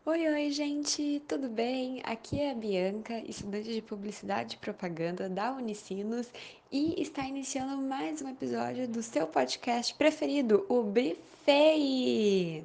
Oi, gente, tudo bem? Aqui é a Bianca, estudante de Publicidade e Propaganda da Unicinos, e está iniciando mais um episódio do seu podcast preferido, o Brifei!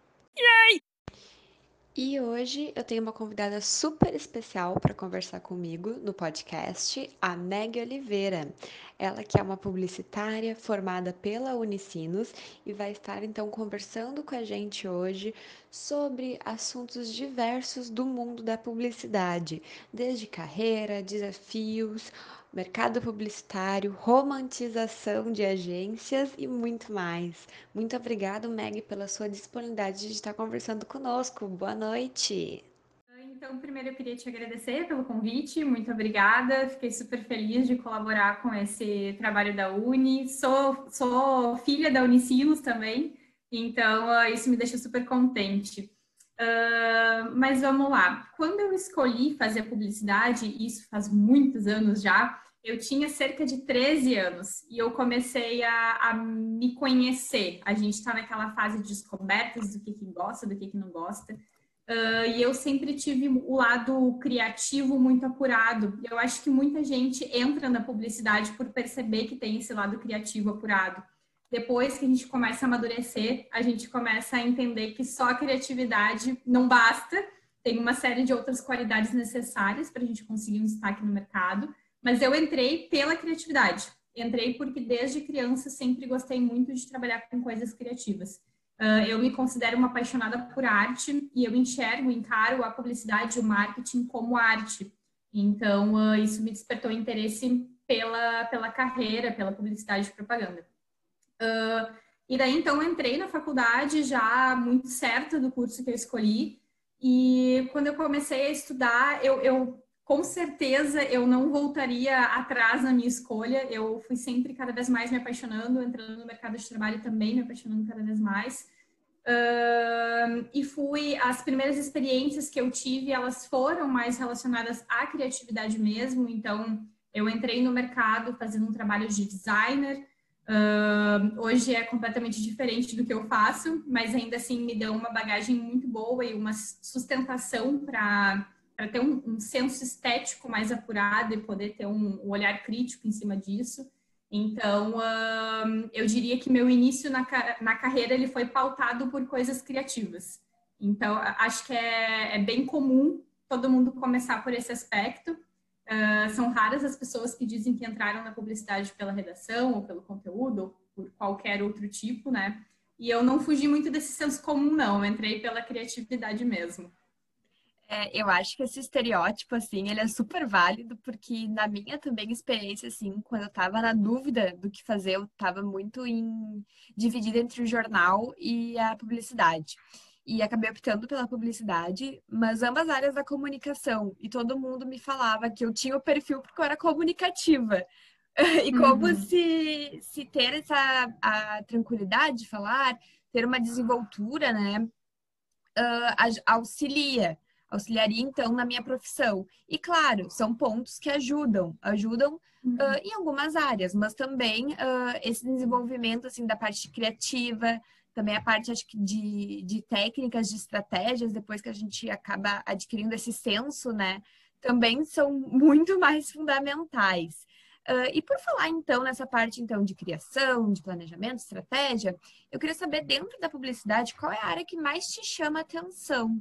E hoje eu tenho uma convidada super especial para conversar comigo no podcast, a Meg Oliveira. Ela que é uma publicitária formada pela Unicinos e vai estar então conversando com a gente hoje sobre assuntos diversos do mundo da publicidade, desde carreira, desafios, mercado publicitário, romantização de agências e muito mais. Muito obrigada, Meg, pela sua disponibilidade de estar conversando conosco. Boa noite. Então, primeiro eu queria te agradecer pelo convite, muito obrigada. Fiquei super feliz de colaborar com esse trabalho da Uni. Sou filha da Unicinos também, então isso me deixa super contente. Mas vamos lá. Quando eu escolhi fazer publicidade, isso faz muitos anos já, eu tinha cerca de 13 anos e eu comecei a me conhecer. A gente está naquela fase de descobertas do que gosta, do que não gosta. E eu sempre tive o lado criativo muito apurado. Eu acho que muita gente entra na publicidade por perceber que tem esse lado criativo apurado. Depois que a gente começa a amadurecer, a gente começa a entender que só a criatividade não basta, tem uma série de outras qualidades necessárias para a gente conseguir um destaque no mercado. Mas eu entrei pela criatividade. Entrei porque desde criança sempre gostei muito de trabalhar com coisas criativas. Eu me considero uma apaixonada por arte e eu encaro a publicidade e o marketing como arte. Então, isso me despertou interesse pela carreira, pela publicidade e propaganda. E daí, então, eu entrei na faculdade já muito certa do curso que eu escolhi. E quando eu comecei a estudar, eu com certeza eu não voltaria atrás na minha escolha. Eu fui sempre cada vez mais me apaixonando, entrando no mercado de trabalho também, me apaixonando cada vez mais. As primeiras experiências que eu tive, elas foram mais relacionadas à criatividade mesmo. Então, eu entrei no mercado fazendo um trabalho de designer. Hoje é completamente diferente do que eu faço, mas ainda assim me deu uma bagagem muito boa e uma sustentação para ter um senso estético mais apurado e poder ter um olhar crítico em cima disso. Então, eu diria que meu início na carreira ele foi pautado por coisas criativas. Então, acho que é bem comum todo mundo começar por esse aspecto. São raras as pessoas que dizem que entraram na publicidade pela redação ou pelo conteúdo ou por qualquer outro tipo, né? E eu não fugi muito desse senso comum, não. Eu entrei pela criatividade mesmo. Eu acho que esse estereótipo, assim, ele é super válido, porque na minha também experiência, assim, quando eu tava na dúvida do que fazer, eu tava muito dividida entre o jornal e a publicidade. E acabei optando pela publicidade, mas ambas áreas da comunicação. E todo mundo me falava que eu tinha o perfil porque eu era comunicativa. E como Uhum. se ter a tranquilidade de falar, ter uma desenvoltura, né? Auxilia, auxiliaria então na minha profissão. E claro, são pontos que ajudam Uhum. em algumas áreas, mas também esse desenvolvimento assim da parte criativa, também a parte acho que de técnicas, de estratégias, depois que a gente acaba adquirindo esse senso, né, também são muito mais fundamentais. E por falar então nessa parte então de criação, de planejamento, estratégia, eu queria saber, dentro da publicidade, qual é a área que mais te chama a atenção?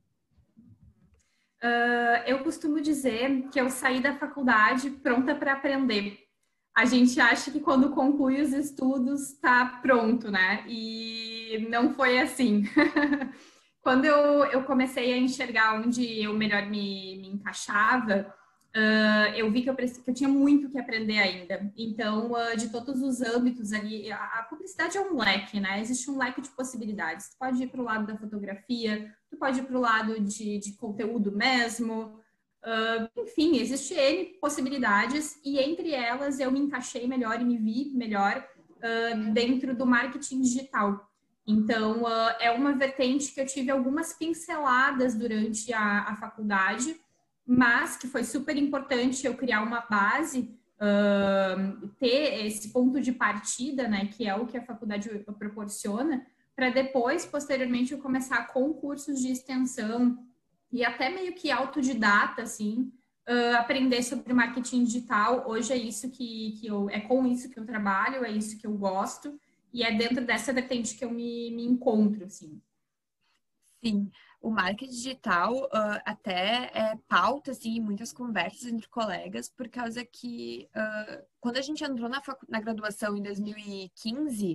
Eu costumo dizer que eu saí da faculdade pronta para aprender. A gente acha que quando conclui os estudos está pronto, né? E não foi assim. Quando eu comecei a enxergar onde eu melhor me encaixava, eu vi que eu tinha muito que aprender ainda. Então, de todos os âmbitos ali, a publicidade é um leque, né? Existe um leque de possibilidades. Tu pode ir para o lado da fotografia, tu pode ir para o lado de conteúdo mesmo. Enfim, existe N possibilidades e entre elas eu me encaixei melhor e me vi melhor dentro do marketing digital. Então, é uma vertente que eu tive algumas pinceladas durante a faculdade, mas que foi super importante eu criar uma base, ter esse ponto de partida, né, que é o que a faculdade proporciona, para depois, posteriormente, eu começar com cursos de extensão e até meio que autodidata, assim, aprender sobre marketing digital. Hoje é isso é com isso que eu trabalho, é isso que eu gosto, e é dentro dessa vertente que eu me encontro, assim. Sim, o marketing digital até é pauta, assim, em muitas conversas entre colegas, por causa que quando a gente entrou na graduação em 2015,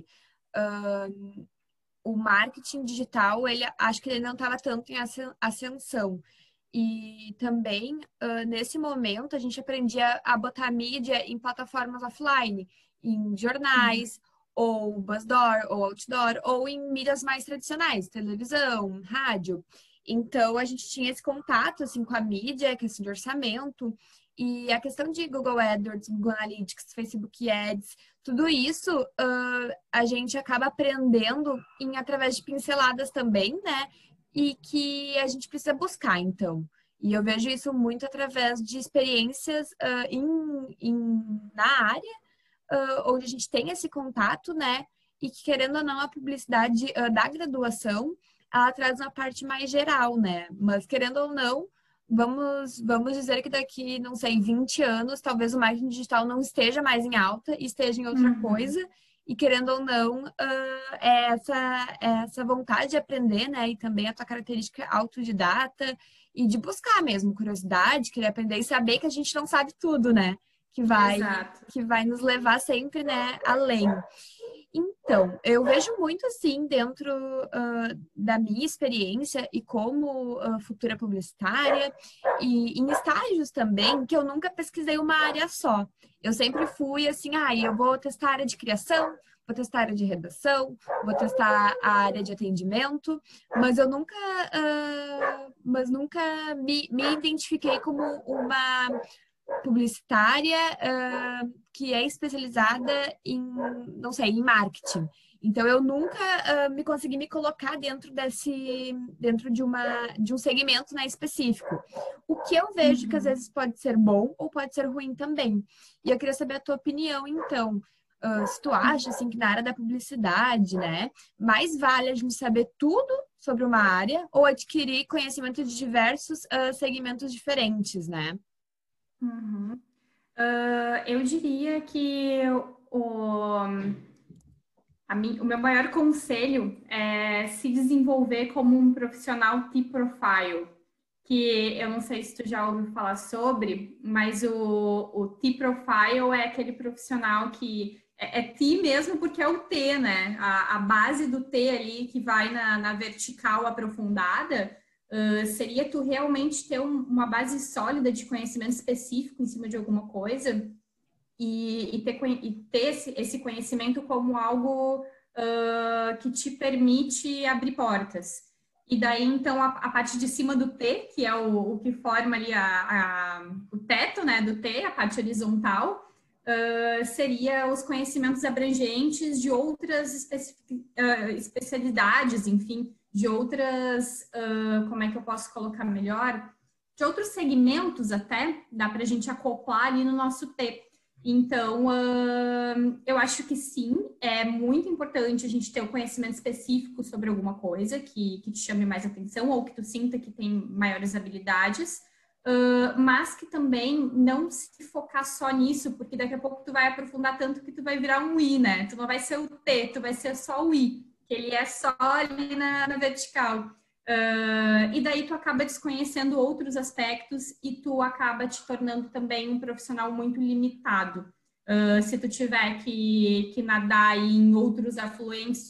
o marketing digital, acho que ele não estava tanto em ascensão. E também, nesse momento, a gente aprendia a botar mídia em plataformas offline, em jornais, ou Buzzdoor, ou Outdoor, ou em mídias mais tradicionais, televisão, rádio. Então, a gente tinha esse contato, assim, com a mídia, questão de orçamento, e a questão de Google AdWords, Google Analytics, Facebook Ads, tudo isso a gente acaba aprendendo através de pinceladas também, né? E que a gente precisa buscar, então. E eu vejo isso muito através de experiências na área, onde a gente tem esse contato, né? E que, querendo ou não, a publicidade da graduação, ela traz uma parte mais geral, né? Mas, querendo ou não, vamos dizer que daqui, não sei, 20 anos, talvez o marketing digital não esteja mais em alta e esteja em outra coisa. E querendo ou não, essa vontade de aprender, né? E também a tua característica autodidata e de buscar mesmo, curiosidade, querer aprender e saber que a gente não sabe tudo, né? Exato. Que vai nos levar sempre, né, além. Então, eu vejo muito assim dentro da minha experiência e como futura publicitária e em estágios também, que eu nunca pesquisei uma área só. Eu sempre fui assim, eu vou testar a área de criação, vou testar a área de redação, vou testar a área de atendimento, mas eu nunca me identifiquei como uma publicitária que é especializada em, não sei, em marketing. Então, eu nunca me consegui me colocar dentro de um segmento, né, específico. O que eu vejo que às vezes pode ser bom ou pode ser ruim também. E eu queria saber a tua opinião, então. Se tu acha, assim, que na área da publicidade, né, mais vale a gente saber tudo sobre uma área ou adquirir conhecimento de diversos segmentos diferentes, né? Eu diria que o, o meu maior conselho é se desenvolver como um profissional T-Profile, que eu não sei se tu já ouviu falar sobre, mas o T-Profile é aquele profissional que é T mesmo porque é o T, né? A base do T ali que vai na vertical aprofundada, seria tu realmente ter uma base sólida de conhecimento específico em cima de alguma coisa e ter esse conhecimento como algo que te permite abrir portas. E daí, então, a parte de cima do T, que é o que forma ali o teto, né, do T, a parte horizontal, seria os conhecimentos abrangentes de outras especialidades, enfim, de outras, como é que eu posso colocar melhor? De outros segmentos até, dá para a gente acoplar ali no nosso T. Então, eu acho que sim, é muito importante a gente ter um conhecimento específico sobre alguma coisa que te chame mais atenção ou que tu sinta que tem maiores habilidades, mas que também não se focar só nisso, porque daqui a pouco tu vai aprofundar tanto que tu vai virar um I, né? Tu não vai ser o T, tu vai ser só o I, que ele é só ali na vertical. E daí tu acaba desconhecendo outros aspectos e tu acaba te tornando também um profissional muito limitado. Se tu tiver que nadar em outros afluentes, tu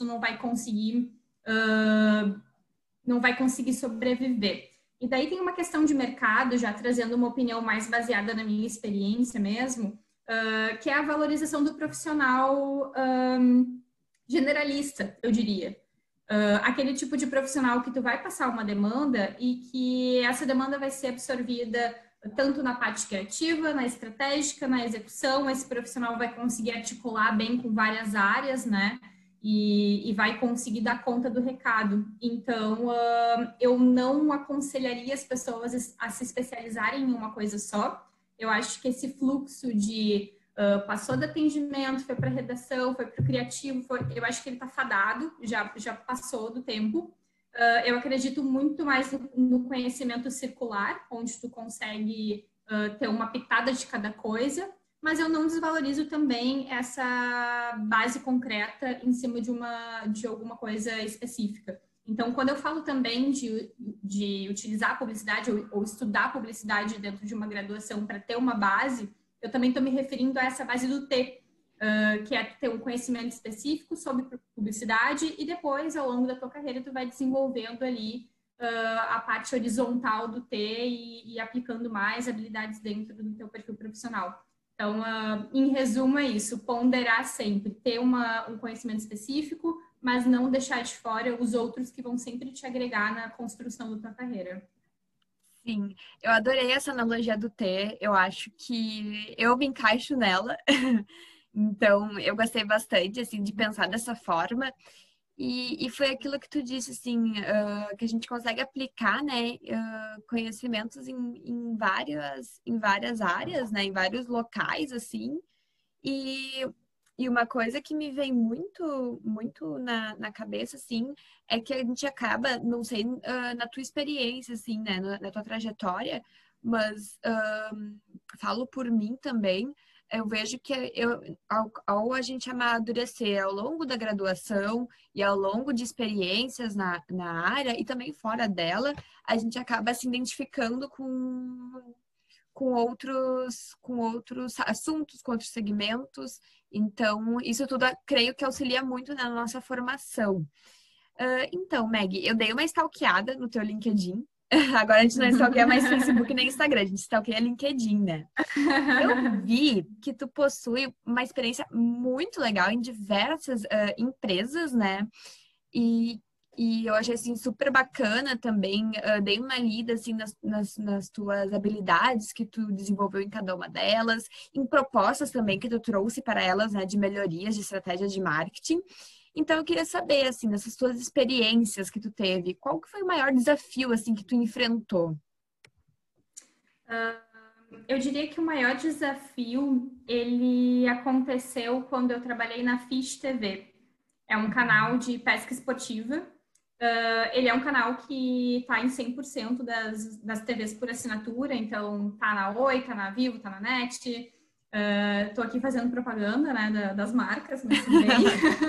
não vai conseguir sobreviver. E daí tem uma questão de mercado, já trazendo uma opinião mais baseada na minha experiência mesmo, que é a valorização do profissional generalista, eu diria. Aquele tipo de profissional que tu vai passar uma demanda e que essa demanda vai ser absorvida tanto na parte criativa, na estratégica, na execução. Esse profissional vai conseguir articular bem com várias áreas, né? E vai conseguir dar conta do recado. Então, eu não aconselharia as pessoas a se especializarem em uma coisa só. Eu acho que esse fluxo de passou do atendimento, foi para redação, foi para o criativo, eu acho que ele está fadado, já passou do tempo. Eu acredito muito mais no conhecimento circular, onde tu consegue ter uma pitada de cada coisa, mas eu não desvalorizo também essa base concreta em cima de alguma coisa específica. Então, quando eu falo também de utilizar a publicidade ou estudar publicidade dentro de uma graduação para ter uma base, eu também estou me referindo a essa base do T, que é ter um conhecimento específico sobre publicidade e depois, ao longo da tua carreira, tu vai desenvolvendo ali a parte horizontal do T e aplicando mais habilidades dentro do teu perfil profissional. Então, em resumo, é isso, ponderar sempre, ter um conhecimento específico, mas não deixar de fora os outros que vão sempre te agregar na construção da tua carreira. Sim, eu adorei essa analogia do T, eu acho que eu me encaixo nela, então eu gostei bastante, assim, de pensar dessa forma. E foi aquilo que tu disse, assim, que a gente consegue aplicar, né, conhecimentos em várias áreas, né, em vários locais, assim. E, e uma coisa que me vem muito na cabeça, assim, é que a gente acaba, não sei, na tua experiência, assim, né, na tua trajetória, mas falo por mim também, eu vejo que ao a gente amadurecer ao longo da graduação e ao longo de experiências na área e também fora dela, a gente acaba se identificando com outros assuntos, com outros segmentos. Então, isso tudo creio que auxilia muito na nossa formação. Então, Meg, eu dei uma stalkeada no teu LinkedIn. Agora a gente não stalkeia mais Facebook nem Instagram, a gente stalkeia LinkedIn, né? Eu vi que tu possui uma experiência muito legal em diversas empresas, né? E, e eu achei assim super bacana também. Dei uma lida assim nas tuas habilidades que tu desenvolveu em cada uma delas, em propostas também que tu trouxe para elas, né, de melhorias de estratégia de marketing. Então eu queria saber assim, nessas tuas experiências que tu teve, qual que foi o maior desafio assim que tu enfrentou? Eu diria que o maior desafio ele aconteceu quando eu trabalhei na Fish TV. É um canal de pesca esportiva. Ele é um canal que está em 100% das TVs por assinatura, então tá na Oi, tá na Vivo, tá na NET. Tô aqui fazendo propaganda, né, das marcas, mas tudo bem.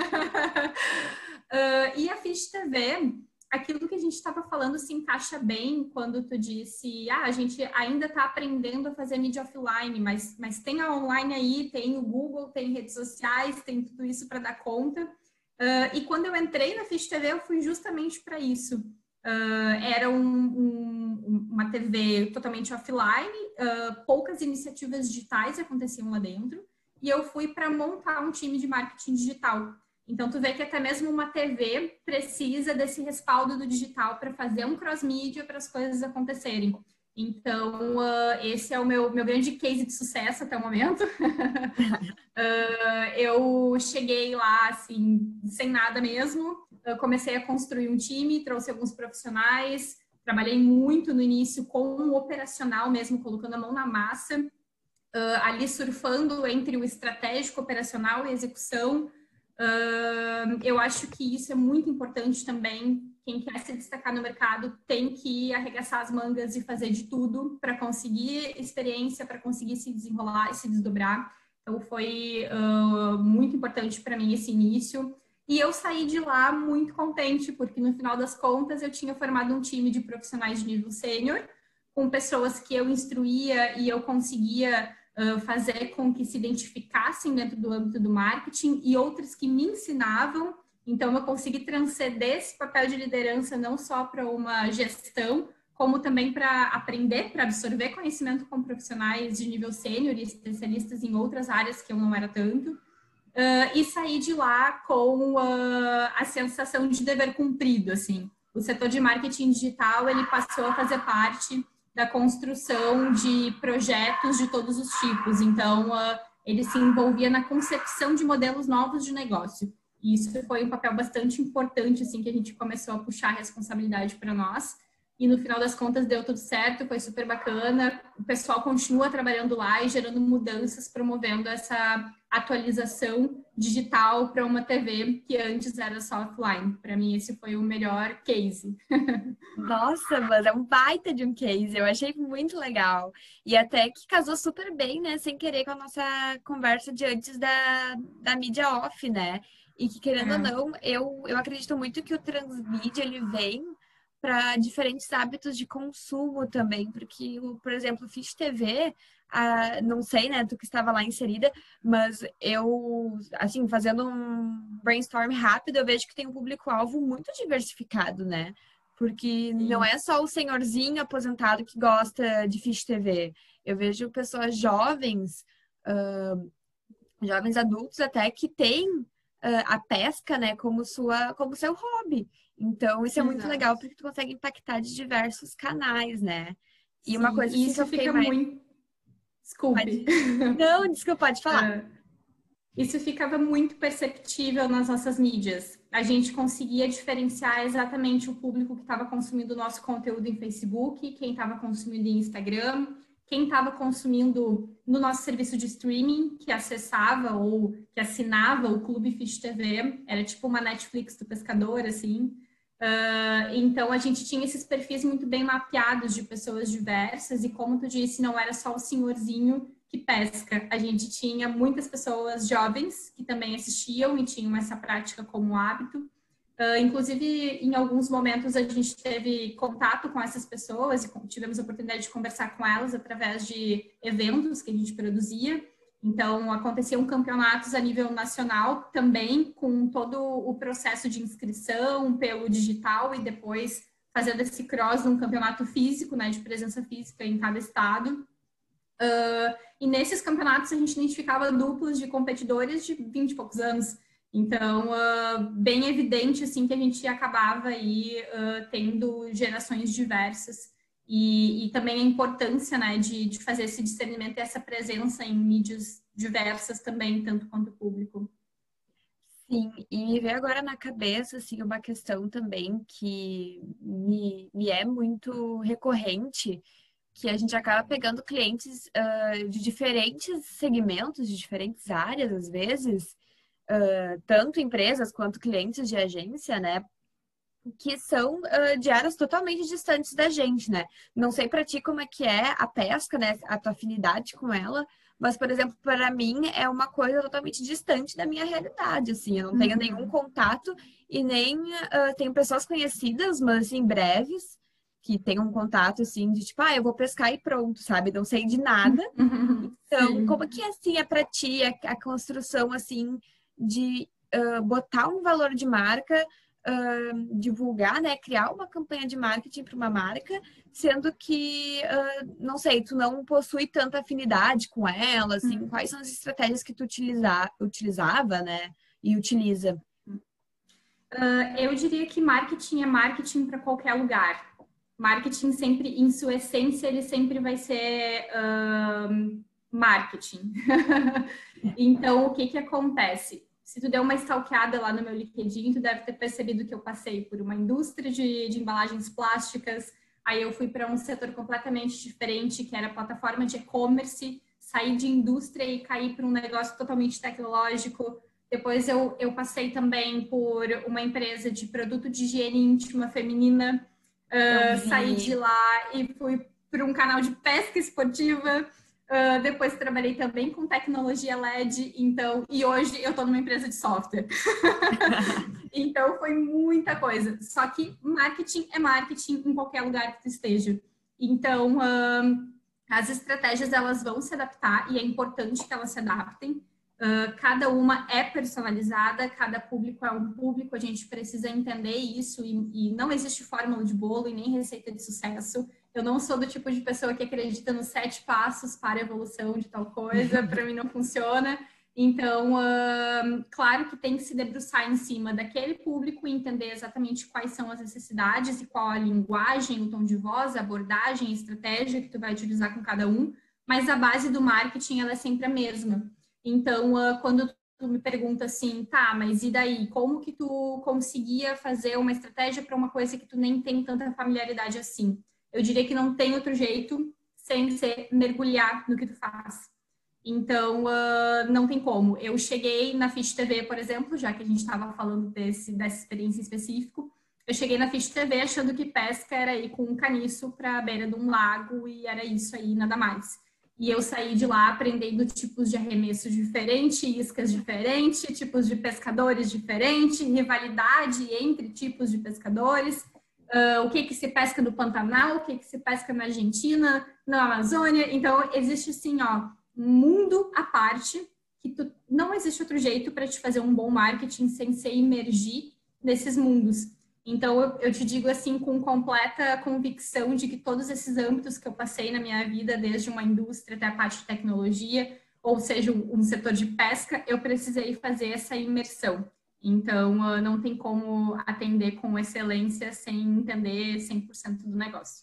E a Fish TV, aquilo que a gente estava falando se encaixa bem quando tu disse, a gente ainda está aprendendo a fazer mídia offline, mas tem a online aí, tem o Google, tem redes sociais, tem tudo isso para dar conta. E quando eu entrei na Fish TV, eu fui justamente para isso. Era uma TV totalmente offline, poucas iniciativas digitais aconteciam lá dentro, e eu fui para montar um time de marketing digital. Então, tu vê que até mesmo uma TV precisa desse respaldo do digital para fazer um cross-mídia para as coisas acontecerem. Então, esse é o meu grande case de sucesso até o momento. Eu cheguei lá, assim, sem nada mesmo. Eu comecei a construir um time, trouxe alguns profissionais. Trabalhei muito no início com o operacional mesmo, colocando a mão na massa. Ali surfando entre o estratégico, operacional e execução. Eu acho que isso é muito importante também. Quem quer se destacar no mercado tem que arregaçar as mangas e fazer de tudo para conseguir experiência, para conseguir se desenrolar e se desdobrar. Então, foi muito importante para mim esse início. E eu saí de lá muito contente, porque no final das contas eu tinha formado um time de profissionais de nível sênior, com pessoas que eu instruía e eu conseguia fazer com que se identificassem dentro do âmbito do marketing e outras que me ensinavam. Então, eu consegui transcender esse papel de liderança não só para uma gestão, como também para aprender, para absorver conhecimento com profissionais de nível sênior e especialistas em outras áreas que eu não era tanto. E sair de lá com a sensação de dever cumprido, assim. O setor de marketing digital, ele passou a fazer parte da construção de projetos de todos os tipos. Então, ele se envolvia na concepção de modelos novos de negócio. E isso foi um papel bastante importante, assim, que a gente começou a puxar a responsabilidade para nós. e no final das contas deu tudo certo, foi super bacana. O pessoal continua trabalhando lá e gerando mudanças, promovendo essa atualização digital para uma TV que antes era só offline. Para mim, esse foi o melhor case. Nossa, mas é um baita de um case, eu achei muito legal. E até que casou super bem, né? Sem querer com a nossa conversa de antes da mídia off, né? E que, querendo ou não, eu acredito muito que o transmídia, ele vem para diferentes hábitos de consumo também, porque, por exemplo, o Fish TV, não sei, né, tu que estava lá inserida, mas eu, assim, fazendo um brainstorm rápido, eu vejo que tem um público-alvo muito diversificado, né? Porque não Sim. é só o senhorzinho aposentado que gosta de Fish TV. Eu vejo pessoas jovens, jovens adultos até, que têm a pesca, né, como seu hobby. Então, isso é muito legal Exato. porque tu consegue impactar de diversos canais, né? E uma Sim, coisa e assim que isso eu fiquei fica mais... muito. Desculpe. Pode... Não, desculpa, pode falar. Isso ficava muito perceptível nas nossas mídias. A gente conseguia diferenciar exatamente o público que estava consumindo o nosso conteúdo em Facebook, quem estava consumindo em Instagram, quem estava consumindo no nosso serviço de streaming, que acessava ou que assinava o Clube Fish TV. Era tipo uma Netflix do pescador, assim. Então, a gente tinha esses perfis muito bem mapeados de pessoas diversas e, como tu disse, não era só o senhorzinho que pesca. A gente tinha muitas pessoas jovens que também assistiam e tinham essa prática como hábito. Inclusive, em alguns momentos, a gente teve contato com essas pessoas e tivemos a oportunidade de conversar com elas através de eventos que a gente produzia. Então, aconteciam campeonatos a nível nacional também, com todo o processo de inscrição pelo digital e depois fazendo esse cross num campeonato físico, né, de presença física em cada estado. E nesses campeonatos a gente identificava duplas de competidores de 20 e poucos anos. Então, bem evidente assim que a gente acabava aí tendo gerações diversas e também a importância, né, de fazer esse discernimento e essa presença em mídias diversas também, tanto quanto o público. Sim, e me veio agora na cabeça, assim, uma questão também que me é muito recorrente, que a gente acaba pegando clientes de diferentes segmentos, de diferentes áreas, às vezes, tanto empresas quanto clientes de agência, né? Que são de áreas totalmente distantes da gente, né? Não sei para ti como é que é a pesca, né? A tua afinidade com ela, mas, por exemplo, para mim é uma coisa totalmente distante da minha realidade, assim. Eu não tenho nenhum Uhum. contato e nem tenho pessoas conhecidas, mas assim, breves, que têm um contato, assim, de tipo, eu vou pescar e pronto, sabe? Não sei de nada. Então, como Sim. que assim é para ti a construção, assim, de botar um valor de marca, divulgar, né, criar uma campanha de marketing para uma marca, sendo que, não sei, tu não possui tanta afinidade com ela, assim, quais são as estratégias que tu utilizava, né, e utiliza? Eu diria que marketing é marketing para qualquer lugar. Marketing sempre, em sua essência, ele sempre vai ser marketing. Então, o que que acontece? Se tu deu uma stalkeada lá no meu LinkedIn, tu deve ter percebido que eu passei por uma indústria de embalagens plásticas, aí eu fui para um setor completamente diferente, que era plataforma de e-commerce, saí de indústria e caí para um negócio totalmente tecnológico. Depois eu passei também por uma empresa de produto de higiene íntima feminina, Eu saí de vi. lá e fui para um canal de pesca esportiva. Depois trabalhei também com tecnologia LED, então, e hoje eu estou numa empresa de software. Então foi muita coisa. Só que marketing é marketing em qualquer lugar que tu esteja. Então, as estratégias elas vão se adaptar e é importante que elas se adaptem. Cada uma é personalizada, cada público é um público, a gente precisa entender isso e não existe fórmula de bolo e nem receita de sucesso. Eu não sou do tipo de pessoa que acredita nos 7 passos para a evolução de tal coisa, para mim não funciona. Então, claro que tem que se debruçar em cima daquele público e entender exatamente quais são as necessidades e qual a linguagem, o tom de voz, a abordagem, a estratégia que tu vai utilizar com cada um, mas a base do marketing ela é sempre a mesma. Então, quando tu me pergunta assim, tá, mas e daí? Como que tu conseguia fazer uma estratégia para uma coisa que tu nem tem tanta familiaridade assim? Eu diria que não tem outro jeito sem ser mergulhar no que tu faz. Então, não tem como. Eu cheguei na Fish TV, por exemplo, já que a gente estava falando dessa experiência em específico, eu cheguei na Fish TV achando que pesca era ir com um caniço para a beira de um lago e era isso aí, nada mais. E eu saí de lá aprendendo tipos de arremesso diferentes, iscas diferentes, tipos de pescadores diferentes, rivalidade entre tipos de pescadores, o que se pesca no Pantanal, o que se pesca na Argentina, na Amazônia. Então, existe assim, ó, um mundo à parte que não existe outro jeito para te fazer um bom marketing sem se imergir nesses mundos. Então, eu te digo assim, com completa convicção de que todos esses âmbitos que eu passei na minha vida, desde uma indústria até a parte de tecnologia, ou seja, um setor de pesca, eu precisei fazer essa imersão. Então, não tem como atender com excelência sem entender 100% do negócio.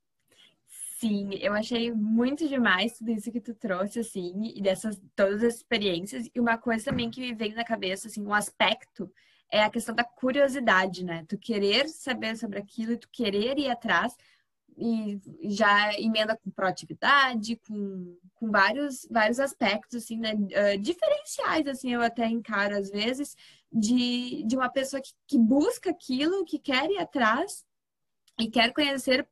Sim, eu achei muito demais tudo isso que tu trouxe, assim, e dessas todas as experiências. E uma coisa também que me vem na cabeça, assim, um aspecto é a questão da curiosidade, né? Tu querer saber sobre aquilo e tu querer ir atrás e já emenda com proatividade, com vários aspectos, assim, né? Diferenciais, assim, eu até encaro às vezes, de uma pessoa que busca aquilo, que quer ir atrás e quer conhecer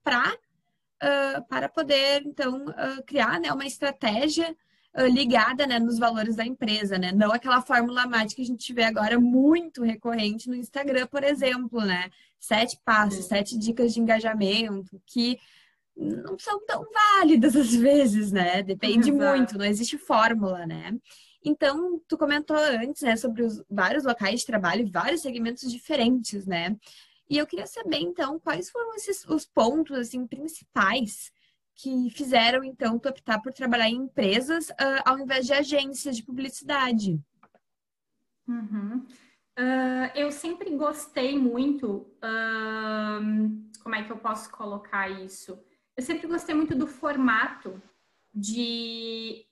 para poder, então, criar, né, uma estratégia ligada, né, nos valores da empresa, né? Não aquela fórmula mágica que a gente vê agora muito recorrente no Instagram, por exemplo, né? 7 passos, 7 dicas de engajamento, que não são tão válidas às vezes, né? Depende muito, não existe fórmula, né? Então, tu comentou antes, né, sobre os vários locais de trabalho e vários segmentos diferentes, né? E eu queria saber, então, quais foram os pontos, assim, principais que fizeram, então, tu optar por trabalhar em empresas ao invés de agências de publicidade? Uhum. Eu sempre gostei muito, como é que eu posso colocar isso? Eu sempre gostei muito do formato de,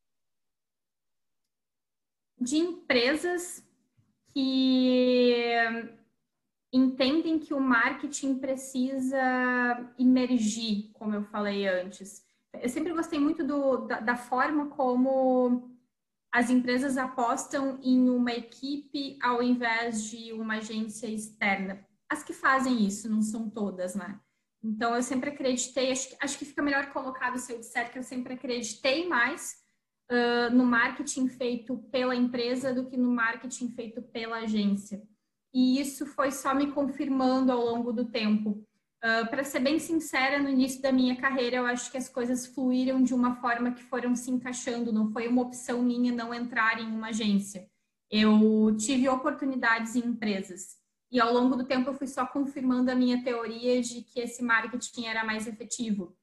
de empresas que entendem que o marketing precisa emergir, como eu falei antes. Eu sempre gostei muito da forma como as empresas apostam em uma equipe ao invés de uma agência externa. As que fazem isso, não são todas, né? Então, eu sempre acreditei, acho que fica melhor colocado se eu disser que eu sempre acreditei mais no marketing feito pela empresa do que no marketing feito pela agência. E isso foi só me confirmando ao longo do tempo. Para ser bem sincera, no início da minha carreira, eu acho que as coisas fluíram de uma forma que foram se encaixando, não foi uma opção minha não entrar em uma agência. Eu tive oportunidades em empresas e ao longo do tempo eu fui só confirmando a minha teoria de que esse marketing era mais efetivo.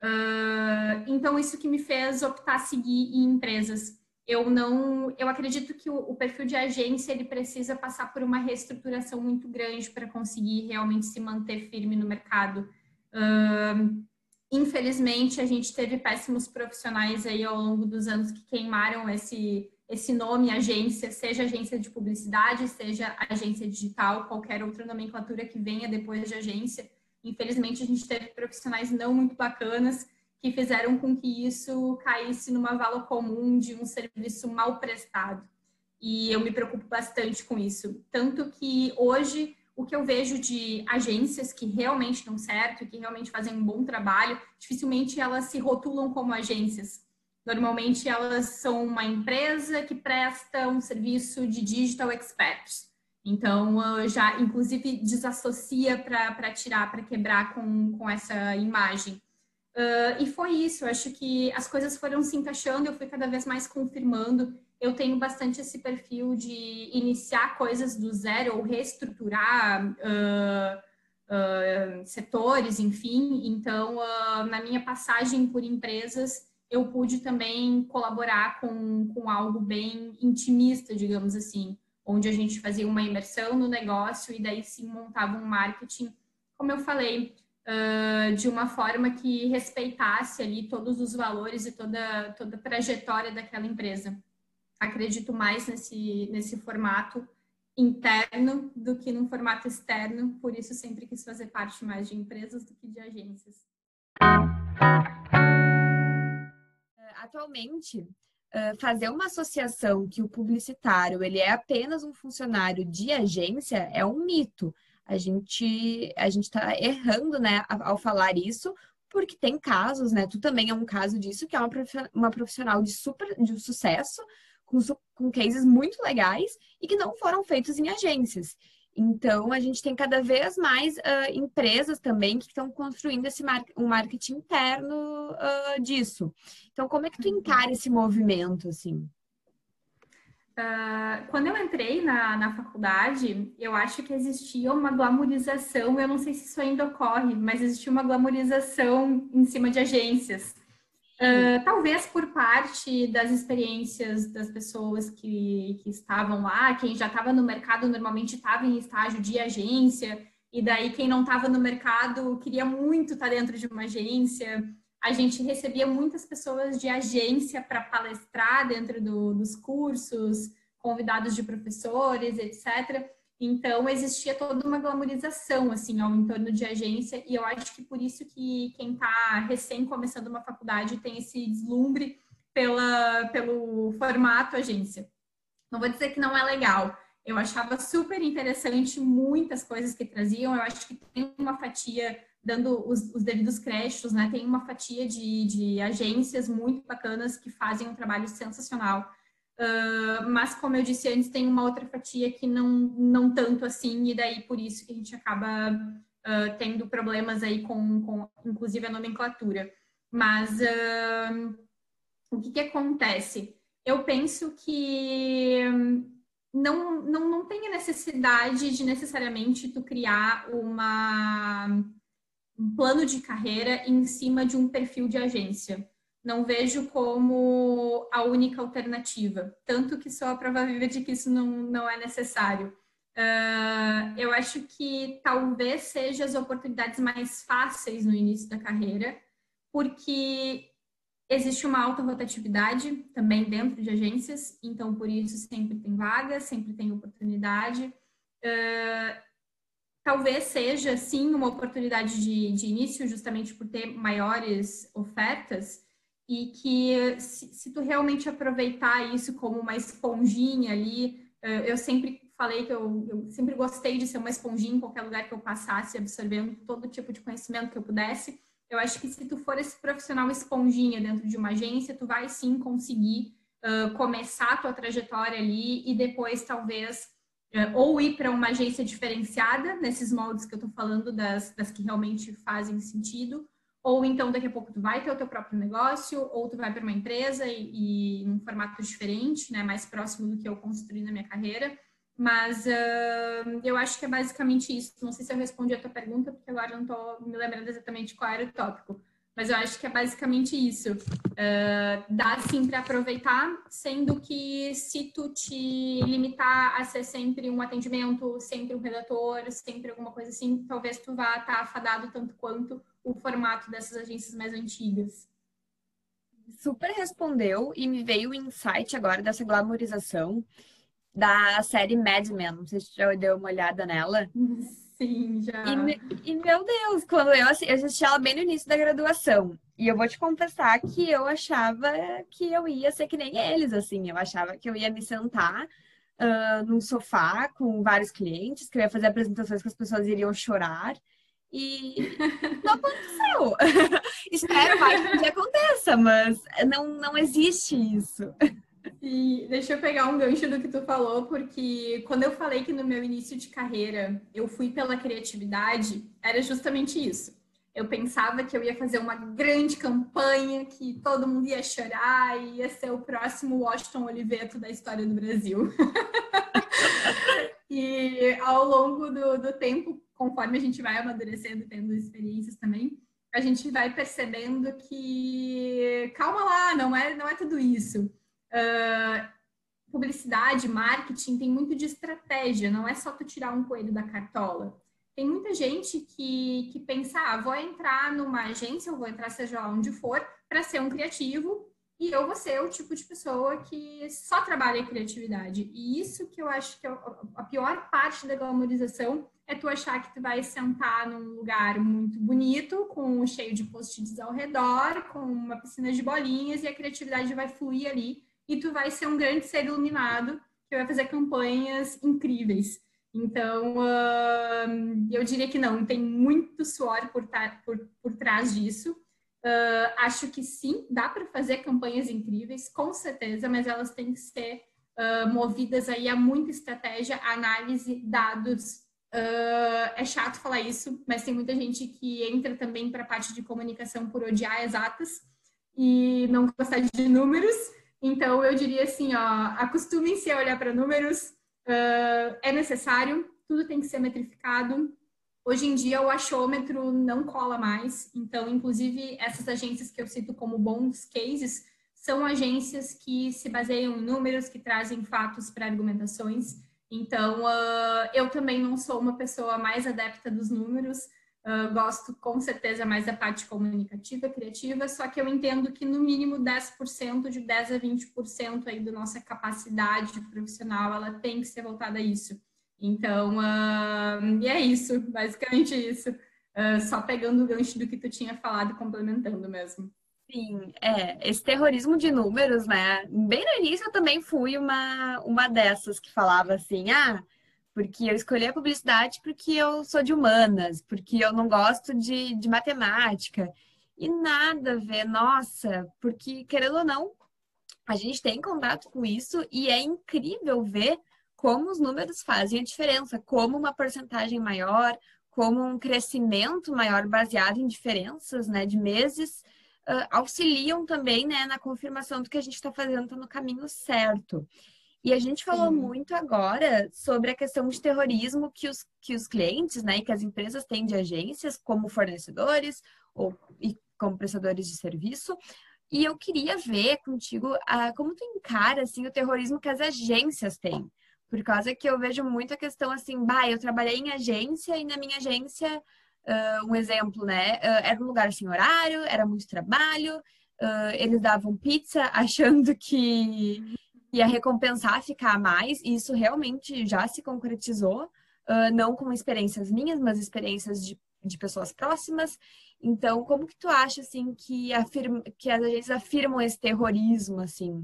Então, isso que me fez optar a seguir em empresas. Eu acredito que o perfil de agência ele precisa passar por uma reestruturação muito grande para conseguir realmente se manter firme no mercado. Infelizmente, a gente teve péssimos profissionais aí ao longo dos anos que queimaram esse nome agência, seja agência de publicidade, seja agência digital, qualquer outra nomenclatura que venha depois de agência. Infelizmente, a gente teve profissionais não muito bacanas que fizeram com que isso caísse numa vala comum de um serviço mal prestado. E eu me preocupo bastante com isso. Tanto que hoje, o que eu vejo de agências que realmente dão certo, que realmente fazem um bom trabalho, dificilmente elas se rotulam como agências. Normalmente, elas são uma empresa que presta um serviço de digital experts. Então, já, inclusive, desassocia para tirar, para quebrar com essa imagem. E foi isso, eu acho que as coisas foram se encaixando, eu fui cada vez mais confirmando. Eu tenho bastante esse perfil de iniciar coisas do zero ou reestruturar setores, enfim. Então, na minha passagem por empresas, eu pude também colaborar com algo bem intimista, digamos assim, onde a gente fazia uma imersão no negócio e daí sim montava um marketing, como eu falei, de uma forma que respeitasse ali todos os valores e toda a trajetória daquela empresa. acredito mais nesse formato interno do que num formato externo, por isso sempre quis fazer parte mais de empresas do que de agências. Atualmente, fazer uma associação que o publicitário ele é apenas um funcionário de agência é um mito. A gente está errando, né, ao falar isso, porque tem casos, né? Tu também é um caso disso, que é uma profissional de sucesso, com cases muito legais e que não foram feitos em agências. Então, a gente tem cada vez mais empresas também que estão construindo um marketing interno disso. Então, como é que tu encara esse movimento, assim? Quando eu entrei na faculdade, eu acho que existia uma glamorização, eu não sei se isso ainda ocorre, mas existia uma glamorização em cima de agências. Talvez por parte das experiências das pessoas que estavam lá, quem já estava no mercado normalmente estava em estágio de agência, e daí quem não estava no mercado queria muito estar dentro de uma agência. A gente recebia muitas pessoas de agência para palestrar dentro dos cursos, convidados de professores, etc. Então, existia toda uma glamorização, assim, ao entorno de agência, e eu acho que por isso que quem está recém começando uma faculdade tem esse deslumbre pelo formato agência. Não vou dizer que não é legal. Eu achava super interessante muitas coisas que traziam. Eu acho que tem uma fatia, dando os devidos créditos, né? Tem uma fatia de agências muito bacanas que fazem um trabalho sensacional. Mas, como eu disse antes, tem uma outra fatia que não tanto assim, e daí por isso que a gente acaba tendo problemas aí com inclusive, a nomenclatura. Mas o que acontece? Eu penso que não tem a necessidade de necessariamente tu criar um plano de carreira em cima de um perfil de agência. Não vejo como a única alternativa, tanto que sou a prova viva de que isso não é necessário. Eu acho que talvez sejam as oportunidades mais fáceis no início da carreira, porque existe uma alta rotatividade também dentro de agências, então por isso sempre tem vaga, sempre tem oportunidade. Talvez seja, sim, uma oportunidade de início, justamente por ter maiores ofertas, e que se tu realmente aproveitar isso como uma esponjinha ali, eu sempre falei que eu sempre gostei de ser uma esponjinha em qualquer lugar que eu passasse, absorvendo todo tipo de conhecimento que eu pudesse. Eu acho que se tu for esse profissional esponjinha dentro de uma agência, tu vai sim conseguir começar a tua trajetória ali e depois talvez ou ir para uma agência diferenciada, nesses moldes que eu estou falando, das que realmente fazem sentido, ou então daqui a pouco tu vai ter o teu próprio negócio, ou tu vai para uma empresa e em um formato diferente, né, mais próximo do que eu construí na minha carreira. Mas eu acho que é basicamente isso. Não sei se eu respondi a tua pergunta, porque agora não estou me lembrando exatamente qual era o tópico. Mas eu acho que é basicamente isso. Dá sim para aproveitar, sendo que se tu te limitar a ser sempre um atendimento, sempre um redator, sempre alguma coisa assim, talvez tu vá estar afadado tanto quanto o formato dessas agências mais antigas. Super respondeu e me veio o insight agora dessa glamorização da série Mad Men. Não sei se você já deu uma olhada nela. Sim, já. E meu Deus, quando eu assisti ela bem no início da graduação. E eu vou te confessar que eu achava que eu ia ser que nem eles, assim. Eu achava que eu ia me sentar num sofá com vários clientes, que eu ia fazer apresentações que as pessoas iriam chorar. E não aconteceu. Espero mais que aconteça, mas não existe isso. E deixa eu pegar um gancho do que tu falou, porque quando eu falei que no meu início de carreira eu fui pela criatividade, era justamente isso. Eu pensava que eu ia fazer uma grande campanha, que todo mundo ia chorar e ia ser o próximo Washington Oliveto da história do Brasil. E ao longo do tempo, conforme a gente vai amadurecendo, tendo experiências também, a gente vai percebendo que, calma lá, não é tudo isso. Publicidade, marketing, tem muito de estratégia, não é só tu tirar um coelho da cartola. Tem muita gente que pensa, vou entrar numa agência, ou vou entrar seja lá onde for, para ser um criativo e eu vou ser o tipo de pessoa que só trabalha em criatividade. E isso que eu acho que é a pior parte da glamorização, é tu achar que tu vai sentar num lugar muito bonito, com cheio de post-its ao redor, com uma piscina de bolinhas, e a criatividade vai fluir ali, e tu vai ser um grande ser iluminado, que vai fazer campanhas incríveis. Então, eu diria que não, tem muito suor por trás disso. Acho que sim, dá para fazer campanhas incríveis, com certeza, mas elas têm que ser movidas aí a muita estratégia, análise, dados. É chato falar isso, mas tem muita gente que entra também para a parte de comunicação por odiar exatas e não gostar de números. Então, eu diria assim, ó, acostumem-se a olhar para números, é necessário, tudo tem que ser metrificado. Hoje em dia, o achômetro não cola mais. Então, inclusive, essas agências que eu cito como bons cases são agências que se baseiam em números, que trazem fatos para argumentações. Então, eu também não sou uma pessoa mais adepta dos números. Gosto, com certeza, mais da parte comunicativa, criativa, só que eu entendo que, no mínimo, 10%, de 10% a 20% aí da nossa capacidade profissional, ela tem que ser voltada a isso. Então, e é isso, basicamente isso. Só pegando o gancho do que tu tinha falado, complementando mesmo. Sim, esse terrorismo de números, né? Bem no início eu também fui uma dessas que falava assim, porque eu escolhi a publicidade porque eu sou de humanas, porque eu não gosto de matemática. E nada a ver, nossa, porque querendo ou não, a gente tem contato com isso e é incrível ver como os números fazem a diferença, como uma porcentagem maior, como um crescimento maior baseado em diferenças, né, de meses, auxiliam também, né, na confirmação do que a gente está fazendo está no caminho certo. E a gente falou Sim. muito agora sobre a questão de terrorismo que os clientes, né, e que as empresas têm de agências como fornecedores e como prestadores de serviço. E eu queria ver contigo como tu encara assim, o terrorismo que as agências têm. Por causa que eu vejo muito a questão assim, eu trabalhei em agência e na minha agência, um exemplo, né? Era um lugar sem horário, era muito trabalho, eles davam pizza achando que ia recompensar ficar mais, e isso realmente já se concretizou, não com experiências minhas, mas experiências de pessoas próximas. Então, como que tu acha, assim, que as agências afirmam esse terrorismo, assim?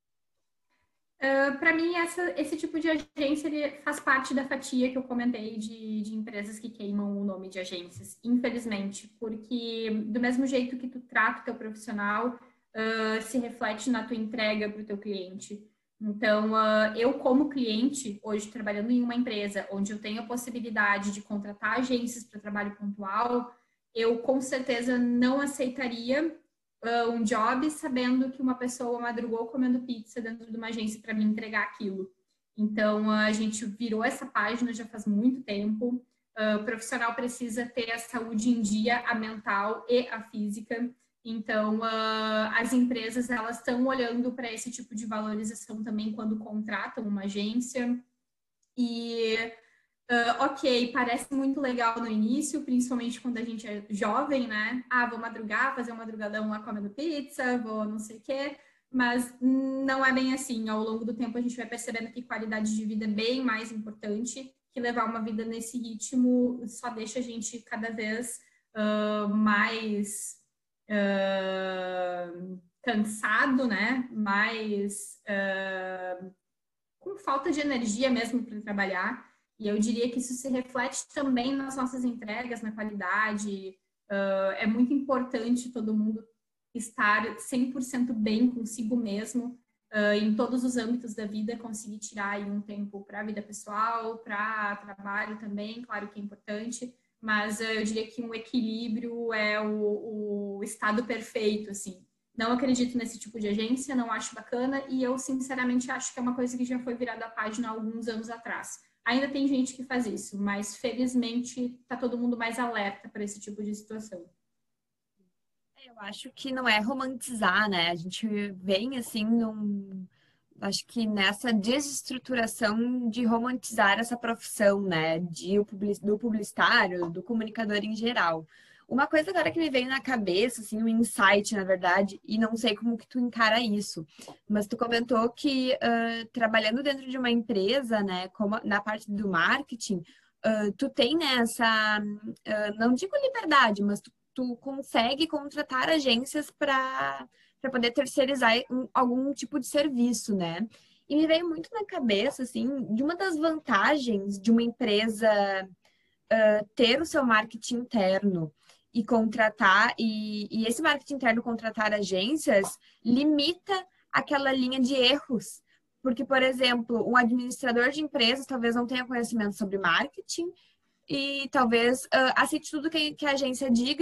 Para mim, esse tipo de agência ele faz parte da fatia que eu comentei de empresas que queimam o nome de agências, infelizmente, porque do mesmo jeito que tu trata o teu profissional, se reflete na tua entrega para o teu cliente. Então, eu como cliente, hoje trabalhando em uma empresa onde eu tenho a possibilidade de contratar agências para trabalho pontual, eu com certeza não aceitaria um job sabendo que uma pessoa madrugou comendo pizza dentro de uma agência para me entregar aquilo. Então, a gente virou essa página já faz muito tempo. O profissional precisa ter a saúde em dia, a mental e a física. Então, as empresas elas estão olhando para esse tipo de valorização também quando contratam uma agência. E ok, parece muito legal no início, principalmente quando a gente é jovem, né? Vou madrugar, fazer um madrugadão lá comendo pizza, vou não sei o quê. Mas não é bem assim. Ao longo do tempo, a gente vai percebendo que qualidade de vida é bem mais importante, que levar uma vida nesse ritmo só deixa a gente cada vez mais cansado, né? Mais com falta de energia mesmo para trabalhar. E eu diria que isso se reflete também nas nossas entregas, na qualidade. É muito importante todo mundo estar 100% bem consigo mesmo, em todos os âmbitos da vida, conseguir tirar aí um tempo para a vida pessoal, para trabalho também, claro que é importante, mas eu diria que um equilíbrio é o estado perfeito, assim. Não acredito nesse tipo de agência, não acho bacana e eu, sinceramente, acho que é uma coisa que já foi virada a página há alguns anos atrás. Ainda tem gente que faz isso, mas felizmente está todo mundo mais alerta para esse tipo de situação. Eu acho que não é romantizar, né? A gente vem, assim, acho que nessa desestruturação de romantizar essa profissão, né? Do publicitário, do comunicador em geral. Uma coisa agora que me veio na cabeça, assim, um insight, na verdade, e não sei como que tu encara isso, mas tu comentou que trabalhando dentro de uma empresa, né, como na parte do marketing, tu tem, né, essa, não digo liberdade, mas tu consegue contratar agências para poder terceirizar algum tipo de serviço, né? E me veio muito na cabeça, assim, de uma das vantagens de uma empresa ter o seu marketing interno e contratar, e esse marketing interno contratar agências limita aquela linha de erros. Porque, por exemplo, um administrador de empresas talvez não tenha conhecimento sobre marketing e talvez aceite tudo que a agência diga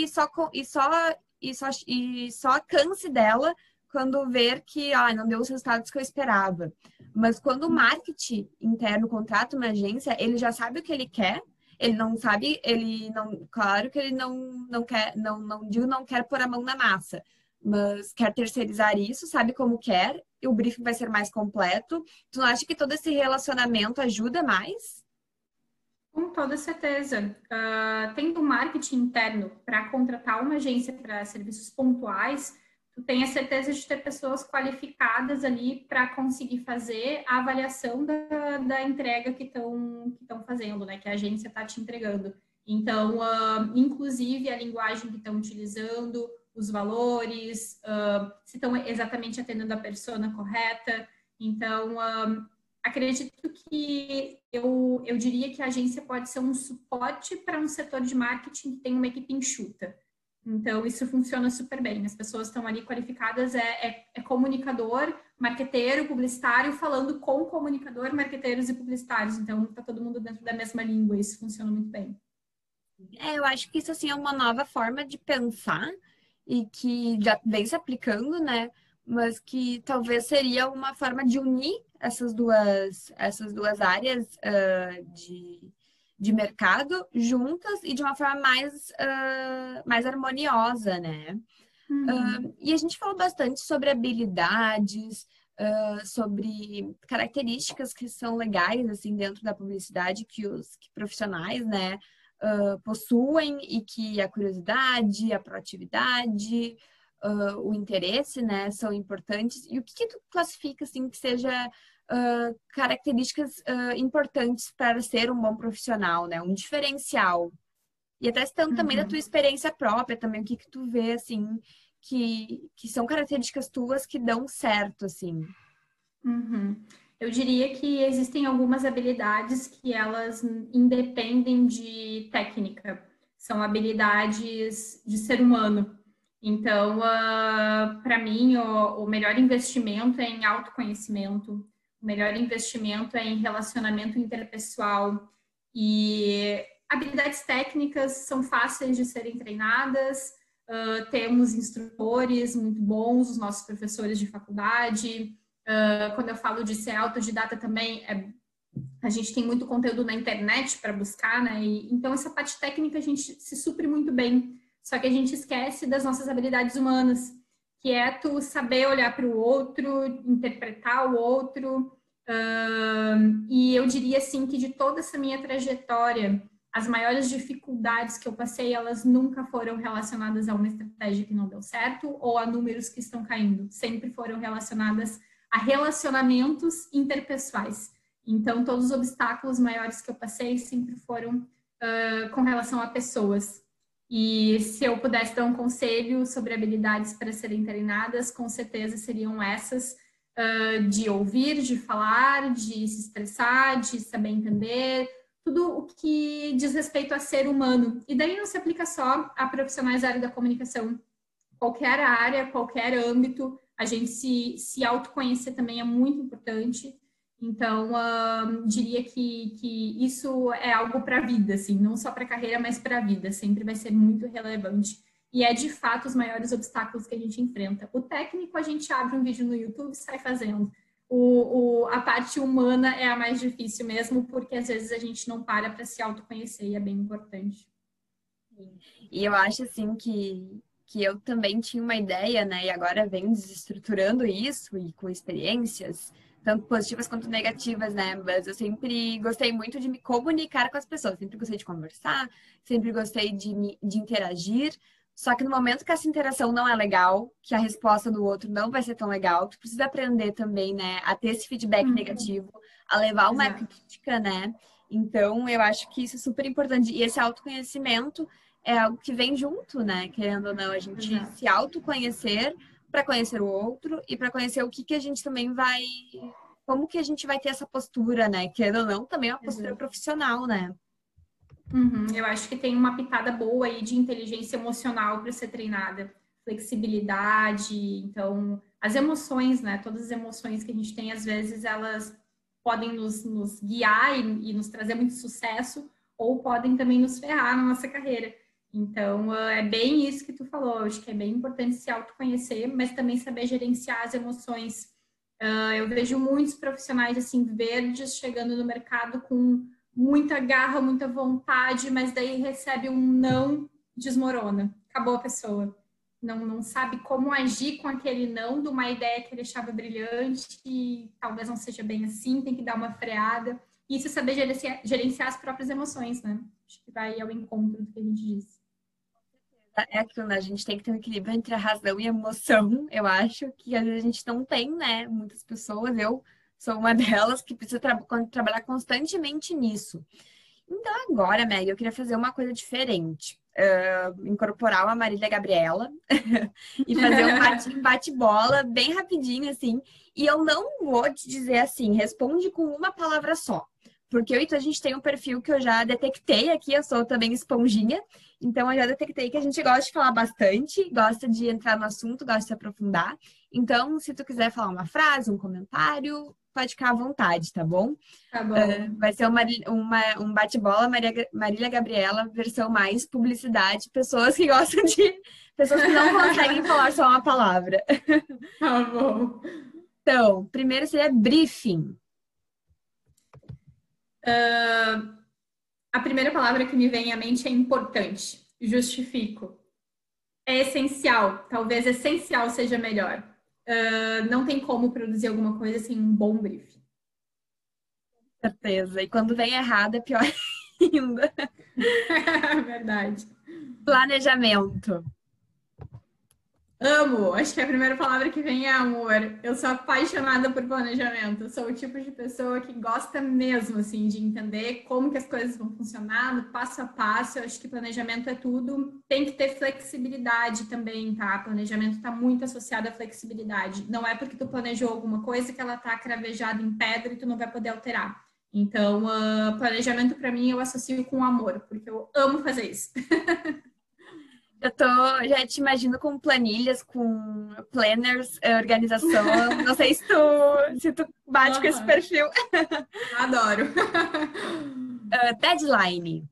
e só canse dela quando ver que não deu os resultados que eu esperava. Mas quando o marketing interno contrata uma agência, ele já sabe o que ele quer, ele não sabe, ele não, claro que ele não quer, não digo não quer pôr a mão na massa, mas quer terceirizar isso, sabe como quer, e o briefing vai ser mais completo. Tu não acha que todo esse relacionamento ajuda mais? Com toda certeza. Tendo um marketing interno para contratar uma agência para serviços pontuais, tu tem a certeza de ter pessoas qualificadas ali para conseguir fazer a avaliação da entrega que estão fazendo, né? Que a agência está te entregando. Então, inclusive a linguagem que estão utilizando, os valores, se estão exatamente atendendo a persona correta. Então, acredito que eu diria que a agência pode ser um suporte para um setor de marketing que tem uma equipe enxuta. Então, isso funciona super bem. As pessoas estão ali qualificadas, é comunicador, marqueteiro, publicitário, falando com comunicador, marqueteiros e publicitários. Então, está todo mundo dentro da mesma língua. Isso funciona muito bem. Eu acho que isso assim é uma nova forma de pensar e que já vem se aplicando, né? Mas que talvez seria uma forma de unir essas duas áreas de mercado juntas e de uma forma mais harmoniosa, né? Uhum. E a gente falou bastante sobre habilidades, sobre características que são legais assim dentro da publicidade que profissionais, né, possuem e que a curiosidade, a proatividade, o interesse, né, são importantes. E o que tu classifica assim que seja características importantes para ser um bom profissional, né, um diferencial? E até citando também da tua Uhum. experiência própria, também o que tu vê, assim, que são características tuas que dão certo, assim. Uhum. Eu diria que existem algumas habilidades que elas independem de técnica, são habilidades de ser humano. Então, para mim, o melhor investimento é em autoconhecimento, o melhor investimento é em relacionamento interpessoal e habilidades técnicas são fáceis de serem treinadas. Temos instrutores muito bons, os nossos professores de faculdade. Quando eu falo de ser autodidata também, a gente tem muito conteúdo na internet para buscar, né? Então, essa parte técnica a gente se supre muito bem. Só que a gente esquece das nossas habilidades humanas, que é tu saber olhar para o outro, interpretar o outro. E eu diria assim que de toda essa minha trajetória, as maiores dificuldades que eu passei, elas nunca foram relacionadas a uma estratégia que não deu certo ou a números que estão caindo. Sempre foram relacionadas a relacionamentos interpessoais. Então, todos os obstáculos maiores que eu passei sempre foram com relação a pessoas. E se eu pudesse dar um conselho sobre habilidades para serem treinadas, com certeza seriam essas, de ouvir, de falar, de se expressar, de saber entender, tudo o que diz respeito a ser humano. E daí não se aplica só a profissionais da área da comunicação. Qualquer área, qualquer âmbito, a gente se autoconhecer também é muito importante. Então, diria que isso é algo para a vida, assim, não só para a carreira, mas para a vida. Sempre vai ser muito relevante. E é, de fato, os maiores obstáculos que a gente enfrenta. O técnico, a gente abre um vídeo no YouTube e sai fazendo. A parte humana é a mais difícil mesmo, porque às vezes a gente não para se autoconhecer e é bem importante. E eu acho, assim, que eu também tinha uma ideia, né, e agora venho desestruturando isso e com experiências, tanto positivas quanto negativas, né? Mas eu sempre gostei muito de me comunicar com as pessoas, sempre gostei de conversar, sempre gostei de interagir. Só que no momento que essa interação não é legal, que a resposta do outro não vai ser tão legal, tu precisa aprender também, né, a ter esse feedback negativo, a levar uma Exato. crítica, né? Então, eu acho que isso é super importante. E esse autoconhecimento é algo que vem junto, né? Querendo ou não, a gente Exato. se autoconhecer para conhecer o outro e para conhecer o que que a gente também vai. Como que a gente vai ter essa postura, né? Querendo ou não, também é uma postura Exato. profissional, né? Eu acho que tem uma pitada boa aí de inteligência emocional para ser treinada, flexibilidade, então as emoções, né? Todas as emoções que a gente tem, às vezes, elas podem nos guiar e nos trazer muito sucesso, ou podem também nos ferrar na nossa carreira. Então, é bem isso que tu falou. Eu acho que é bem importante se autoconhecer, mas também saber gerenciar as emoções. Eu vejo muitos profissionais assim verdes chegando no mercado com muita garra, muita vontade, mas daí recebe um não, desmorona. Acabou a pessoa. Não sabe como agir com aquele não de uma ideia que ele achava brilhante e talvez não seja bem assim, tem que dar uma freada. Isso é saber gerenciar as próprias emoções, né? Acho que vai ao encontro do que a gente disse. É aquilo, né? A gente tem que ter um equilíbrio entre a razão e a emoção. Eu acho que às vezes a gente não tem, né? Muitas pessoas, eu sou uma delas que precisa trabalhar constantemente nisso. Então, agora, Meg, eu queria fazer uma coisa diferente. Incorporar uma Marília Gabriela e fazer um bate-bola bem rapidinho, assim. E eu não vou te dizer assim, responde com uma palavra só. Porque eu e tu, a gente tem um perfil que eu já detectei aqui, eu sou também esponjinha. Então, eu já detectei que a gente gosta de falar bastante, gosta de entrar no assunto, gosta de se aprofundar. Então, se tu quiser falar uma frase, um comentário, pode ficar à vontade, tá bom? Tá bom. Vai ser um bate-bola Marília Gabriela, versão mais publicidade, pessoas que gostam de. Pessoas que não conseguem falar só uma palavra. Tá bom. Então, primeiro seria briefing. A primeira palavra que me vem à mente é importante. Justifico. É essencial. Talvez essencial seja melhor. Não tem como produzir alguma coisa sem um bom briefing. Certeza. E quando vem errado é pior ainda. Verdade. Planejamento. Amo. Acho que a primeira palavra que vem é amor. Eu sou apaixonada por planejamento. Eu sou o tipo de pessoa que gosta mesmo, assim, de entender como que as coisas vão funcionar, no passo a passo. Eu acho que planejamento é tudo. Tem que ter flexibilidade também, tá? Planejamento está muito associado à flexibilidade. Não é porque tu planejou alguma coisa que ela tá cravejada em pedra e tu não vai poder alterar. Então, planejamento para mim eu associo com amor, porque eu amo fazer isso. Eu tô, já te imagino com planilhas, com planners, organização. Não sei se tu bate com esse Uhum. perfil. Adoro. Deadline.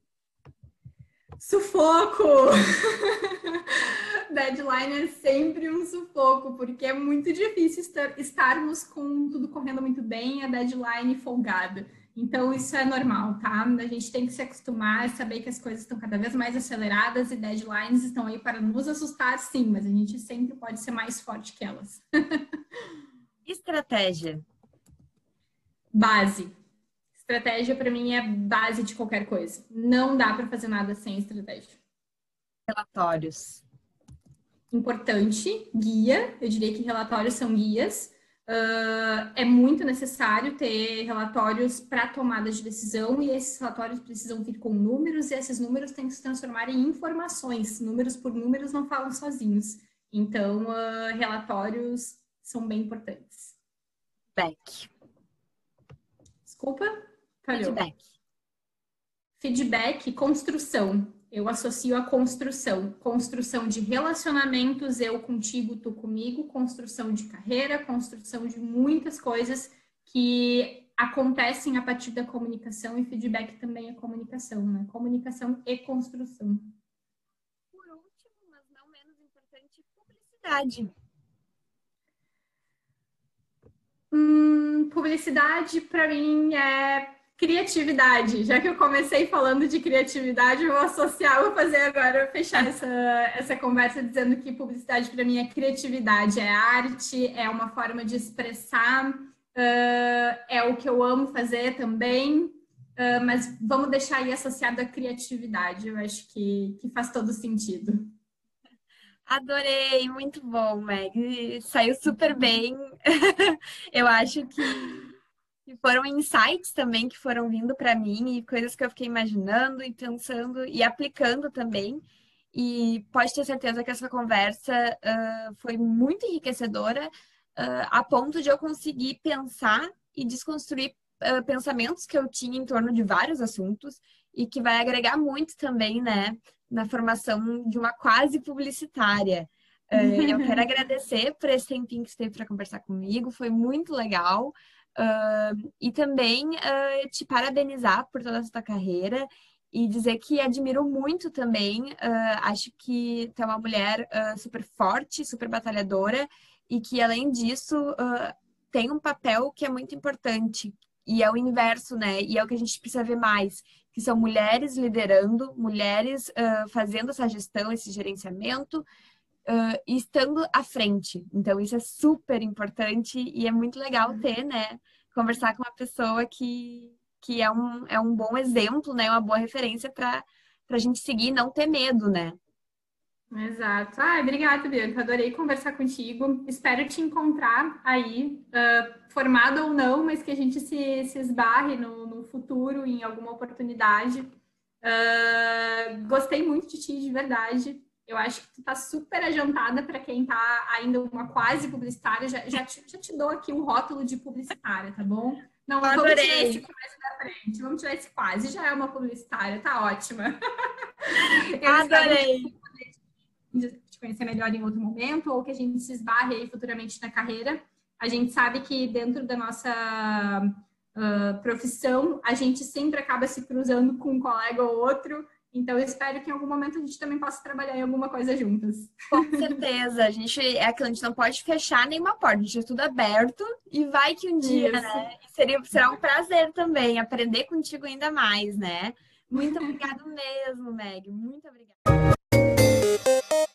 Sufoco! Deadline é sempre um sufoco, porque é muito difícil estarmos com tudo correndo muito bem, a deadline folgada. Então, isso é normal, tá? A gente tem que se acostumar, saber que as coisas estão cada vez mais aceleradas e deadlines estão aí para nos assustar, sim, mas a gente sempre pode ser mais forte que elas. Estratégia. Base. Estratégia, para mim, é base de qualquer coisa. Não dá para fazer nada sem estratégia. Relatórios. Importante, guia, eu diria que relatórios são guias. É muito necessário ter relatórios para tomada de decisão e esses relatórios precisam vir com números e esses números têm que se transformar em informações. Números por números não falam sozinhos. Então, relatórios são bem importantes. Feedback. Desculpa, falhou. Feedback. Feedback, construção. Eu associo a construção. Construção de relacionamentos, eu contigo, tu comigo, construção de carreira, construção de muitas coisas que acontecem a partir da comunicação e feedback também é comunicação, né? Comunicação e construção. Por último, mas não menos importante, publicidade. Publicidade, para mim, é criatividade. Já que eu comecei falando de criatividade, eu vou associar, vou fazer agora, fechar essa conversa dizendo que publicidade, para mim, é criatividade, é arte, é uma forma de expressar é o que eu amo fazer também, mas vamos deixar aí associado à criatividade. Eu acho que faz todo sentido. Adorei, muito bom, Meg. Saiu super bem. Eu acho que foram insights também que foram vindo para mim e coisas que eu fiquei imaginando e pensando e aplicando também. E pode ter certeza que essa conversa foi muito enriquecedora, a ponto de eu conseguir pensar e desconstruir pensamentos que eu tinha em torno de vários assuntos e que vai agregar muito também, né, na formação de uma quase publicitária. Eu quero agradecer por esse tempinho que você teve para conversar comigo, foi muito legal. E também te parabenizar por toda essa tua carreira e dizer que admiro muito também. Acho que tu é uma mulher super forte, super batalhadora e que, além disso, tem um papel que é muito importante. E é o inverso, né? E é o que a gente precisa ver mais, que são mulheres liderando, mulheres fazendo essa gestão, esse gerenciamento, e estando à frente. Então, isso é super importante e é muito legal ter, né? Conversar com uma pessoa que é um bom exemplo, né? Uma boa referência para a gente seguir e não ter medo, né? Exato. Obrigada, Bianca. Adorei conversar contigo. Espero te encontrar aí, formado ou não, mas que a gente se esbarre no futuro, em alguma oportunidade. Gostei muito de ti, de verdade. Eu acho que tu tá super adiantada para quem tá ainda uma quase publicitária. Já te dou aqui o rótulo de publicitária, tá bom? Não, vamos tirar esse Adorei! quase da frente. Vamos tirar esse quase. Já é uma publicitária, tá ótima. Eu espero Adorei! te conhecer melhor em outro momento, ou que a gente se esbarre aí futuramente na carreira. A gente sabe que dentro da nossa profissão, a gente sempre acaba se cruzando com um colega ou outro, então eu espero que em algum momento a gente também possa trabalhar em alguma coisa juntas. Com certeza, a gente é aquilo, a gente não pode fechar nenhuma porta, a gente é tudo aberto e vai que um dia, Isso. né? Será um prazer também aprender contigo ainda mais, né? Muito obrigada mesmo, Meg. Muito obrigada.